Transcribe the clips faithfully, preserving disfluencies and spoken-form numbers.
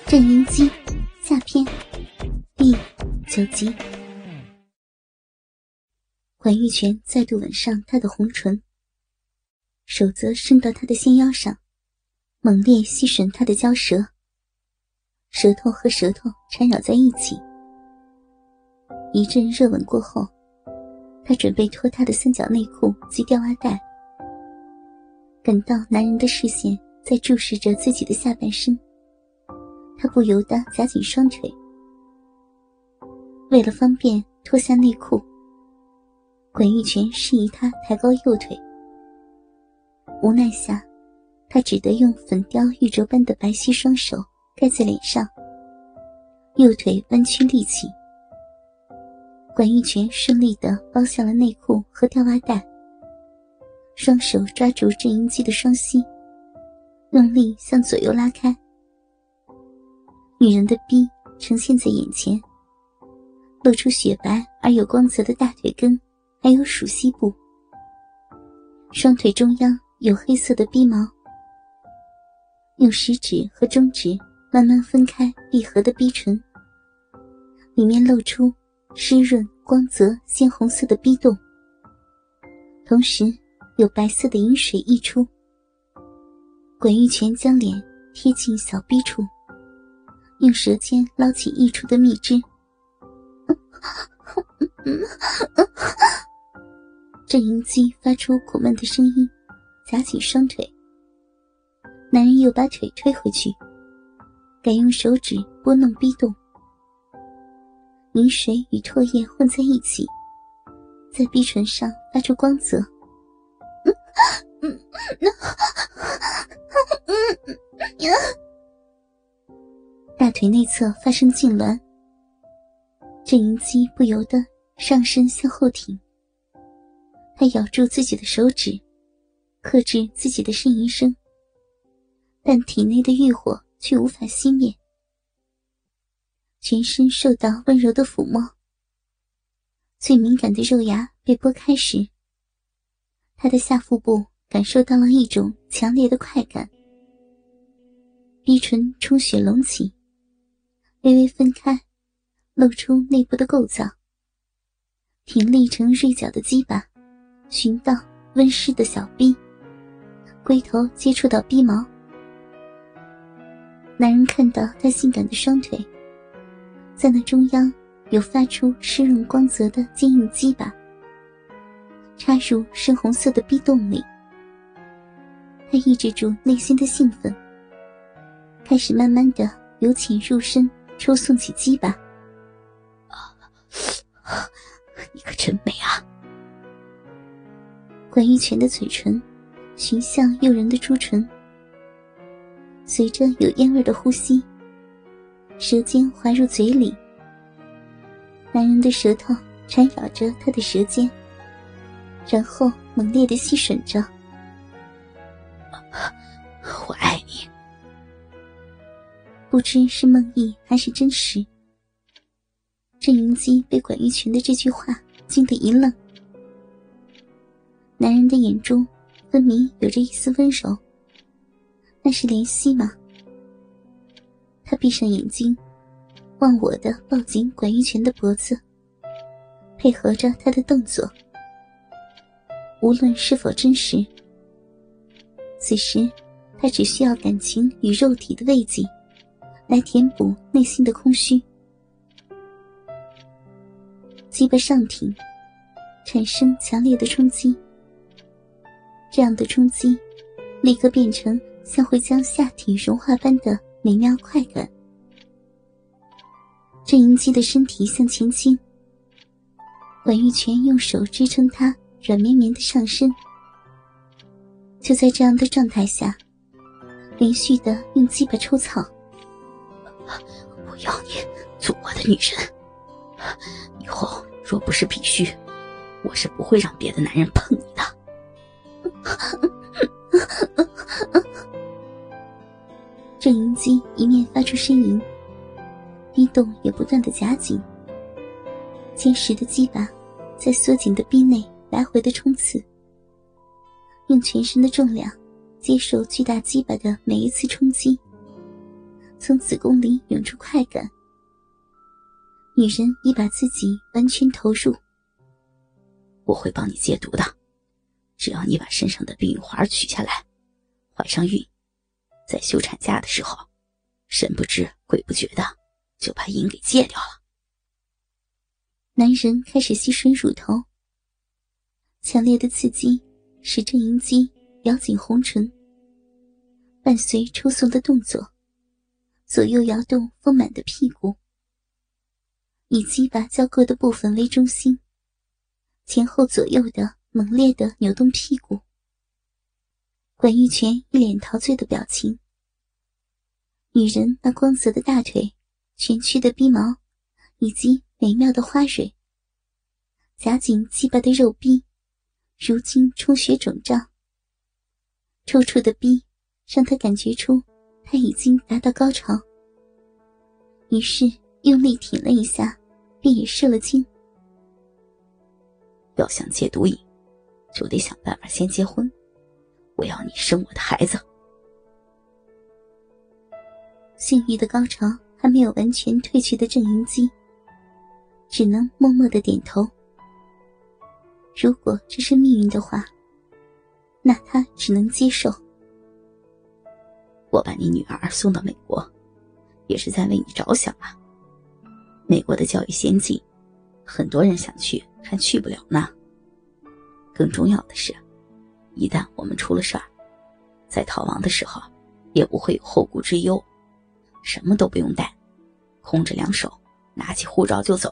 正音姬下篇第九集。管玉泉再度吻上她的红唇，手则伸到她的纤腰上，猛烈吸吮她的娇舌，舌头和舌头缠绕在一起。一阵热吻过后，他准备脱她的三角内裤及吊袜带，感到男人的视线在注视着自己的下半身，他不由得夹紧双腿。为了方便脱下内裤，管玉泉示意他抬高右腿。无奈下，他只得用粉雕玉琢般的白皙双手盖在脸上，右腿弯曲立起。管玉泉顺利地包下了内裤和吊袜带，双手抓住郑银姬的双膝，用力向左右拉开。女人的逼呈现在眼前，露出雪白而有光泽的大腿根，还有属膝部。双腿中央有黑色的逼毛，用食指和中指慢慢分开闭合的逼唇，里面露出湿润光泽鲜红色的逼洞，同时有白色的饮水溢出。管玉泉将脸贴近小逼处，用舌尖捞起溢出的蜜汁。郑银姬发出苦闷的声音，夹起双腿。男人又把腿推回去，改用手指拨弄逼洞。饮水与唾液混在一起，在逼唇上发出光泽。大腿内侧发生痉挛，郑银姬不由得上身向后挺。她咬住自己的手指，克制自己的呻吟声，但体内的欲火却无法熄灭。全身受到温柔的抚摸，最敏感的肉芽被拨开时，她的下腹部感受到了一种强烈的快感。逼唇充血隆起，微微分开，露出内部的构造。挺立成锐角的鸡巴寻到温湿的小逼，龟头接触到逼毛。男人看到她性感的双腿，在那中央有发出湿润光泽的坚硬鸡巴，插入深红色的逼洞里。他抑制住内心的兴奋，开始慢慢的由浅入深抽送起鸡巴。 你可真美啊！ 管玉泉的嘴唇寻向诱人的朱唇，随着有烟味的呼吸，舌尖滑入嘴里。男人的舌头缠绕着他的舌尖，然后猛烈地吸吮着。 我爱你。 不知是梦呓还是真实，郑银姬被管玉泉的这句话惊得一愣。男人的眼中分明有着一丝温柔，那是怜惜吗？他闭上眼睛，忘我的抱紧管玉泉的脖子，配合着他的动作。无论是否真实，此时他只需要感情与肉体的慰藉来填补内心的空虚。鸡巴上挺，产生强烈的冲击，这样的冲击立刻变成像会将下体融化般的美妙快感。郑银姬的身体向前倾，管玉泉用手支撑她软绵绵的上身。就在这样的状态下，连续的用鸡巴抽草。 我要你做我的女人，以后若不是必须，我是不会让别的男人碰你的。 郑银姬一面发出呻吟，逼洞也不断的夹紧，坚实的鸡巴在缩紧的逼内来回的冲刺，用全身的重量接受巨大鸡巴的每一次冲击， 从子宫里涌出快感。女人已把自己完全投入。 我会帮你戒毒的，只要你把身上的避孕环取下来，怀上孕，在休产假的时候，神不知鬼不觉的就把瘾给戒掉了。 男人开始吸吮乳头，强烈的刺激使郑银基咬紧红唇，伴随抽送的动作，左右摇动丰满的屁股，以鸡巴交割的部分为中心，前后左右的猛烈地扭动屁股。管玉泉一脸陶醉的表情，女人那光泽的大腿、蜷曲的逼毛以及美妙的花蕊，夹紧鸡巴的肉逼如今充血肿胀，抽搐的逼让他感觉出他已经达到高潮，于是用力挺了一下，便也射了精。 要想戒毒瘾，就得想办法先结婚，我要你生我的孩子。 性欲的高潮还没有完全褪去的郑银基只能默默地点头。如果这是命运的话，那他只能接受。 我把你女儿送到美国，也是在为你着想啊。美国的教育先进，很多人想去还去不了呢。更重要的是，一旦我们出了事儿，在逃亡的时候也不会有后顾之忧，什么都不用带，空着两手拿起护照就走。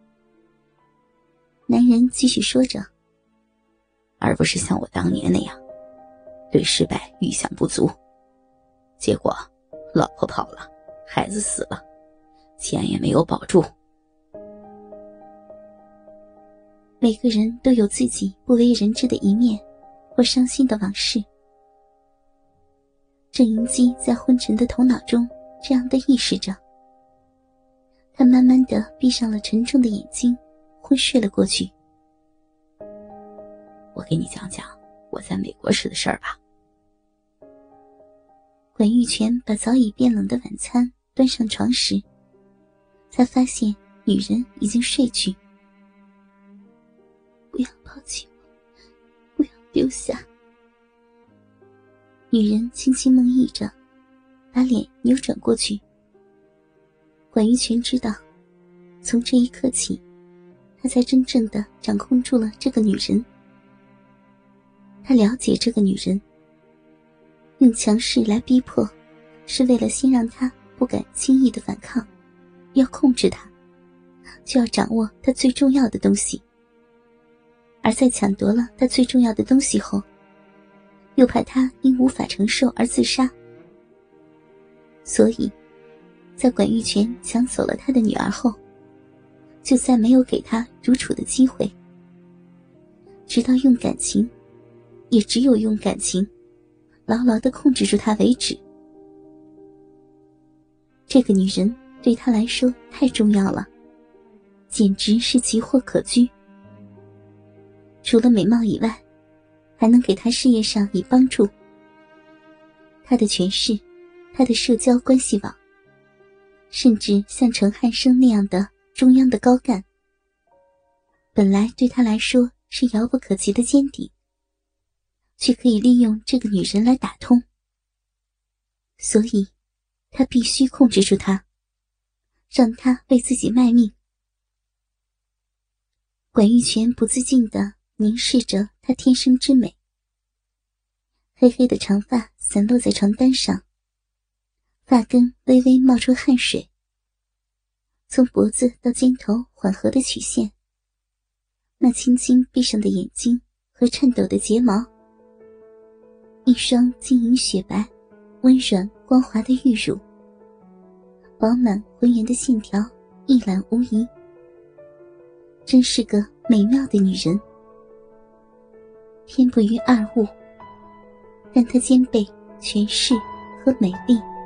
男人继续说着， 而不是像我当年那样对失败预想不足，结果老婆跑了，孩子死了，钱也没有保住。 每个人都有自己不为人知的一面或伤心的往事。郑银基在昏沉的头脑中这样的意识着，他慢慢地闭上了沉重的眼睛，昏睡了过去。 我给你讲讲我在美国时的事儿吧。 管玉泉把早已变冷的晚餐端上床时，才发现女人已经睡去。不要抛弃我，不要丢下。女人轻轻梦呓着，把脸扭转过去。管玉泉知道，从这一刻起，他才真正的掌控住了这个女人。他了解这个女人，用强势来逼迫，是为了先让她不敢轻易的反抗，要控制她，就要掌握她最重要的东西。而在抢夺了她最重要的东西后，又怕她因无法承受而自杀。所以在管玉泉抢走了他的女儿后，就再没有给她独处的机会，直到用感情，也只有用感情牢牢地控制住她为止。这个女人对他来说太重要了，简直是奇货可居。除了美貌以外，还能给他事业上以帮助。他的权势，他的社交关系网，甚至像程汉生那样的中央的高干，本来对他来说是遥不可及的尖顶，却可以利用这个女人来打通。所以他必须控制住她，让她为自己卖命。管玉泉不自禁地凝视着她天生之美，黑黑的长发散落在床单上，发根微微冒出汗水，从脖子到肩头缓和的曲线，那轻轻闭上的眼睛和颤抖的睫毛，一双晶莹雪白、温软光滑的玉乳，饱满浑圆的线条一览无遗，真是个美妙的女人。天不于二物，但她兼备权势和美丽。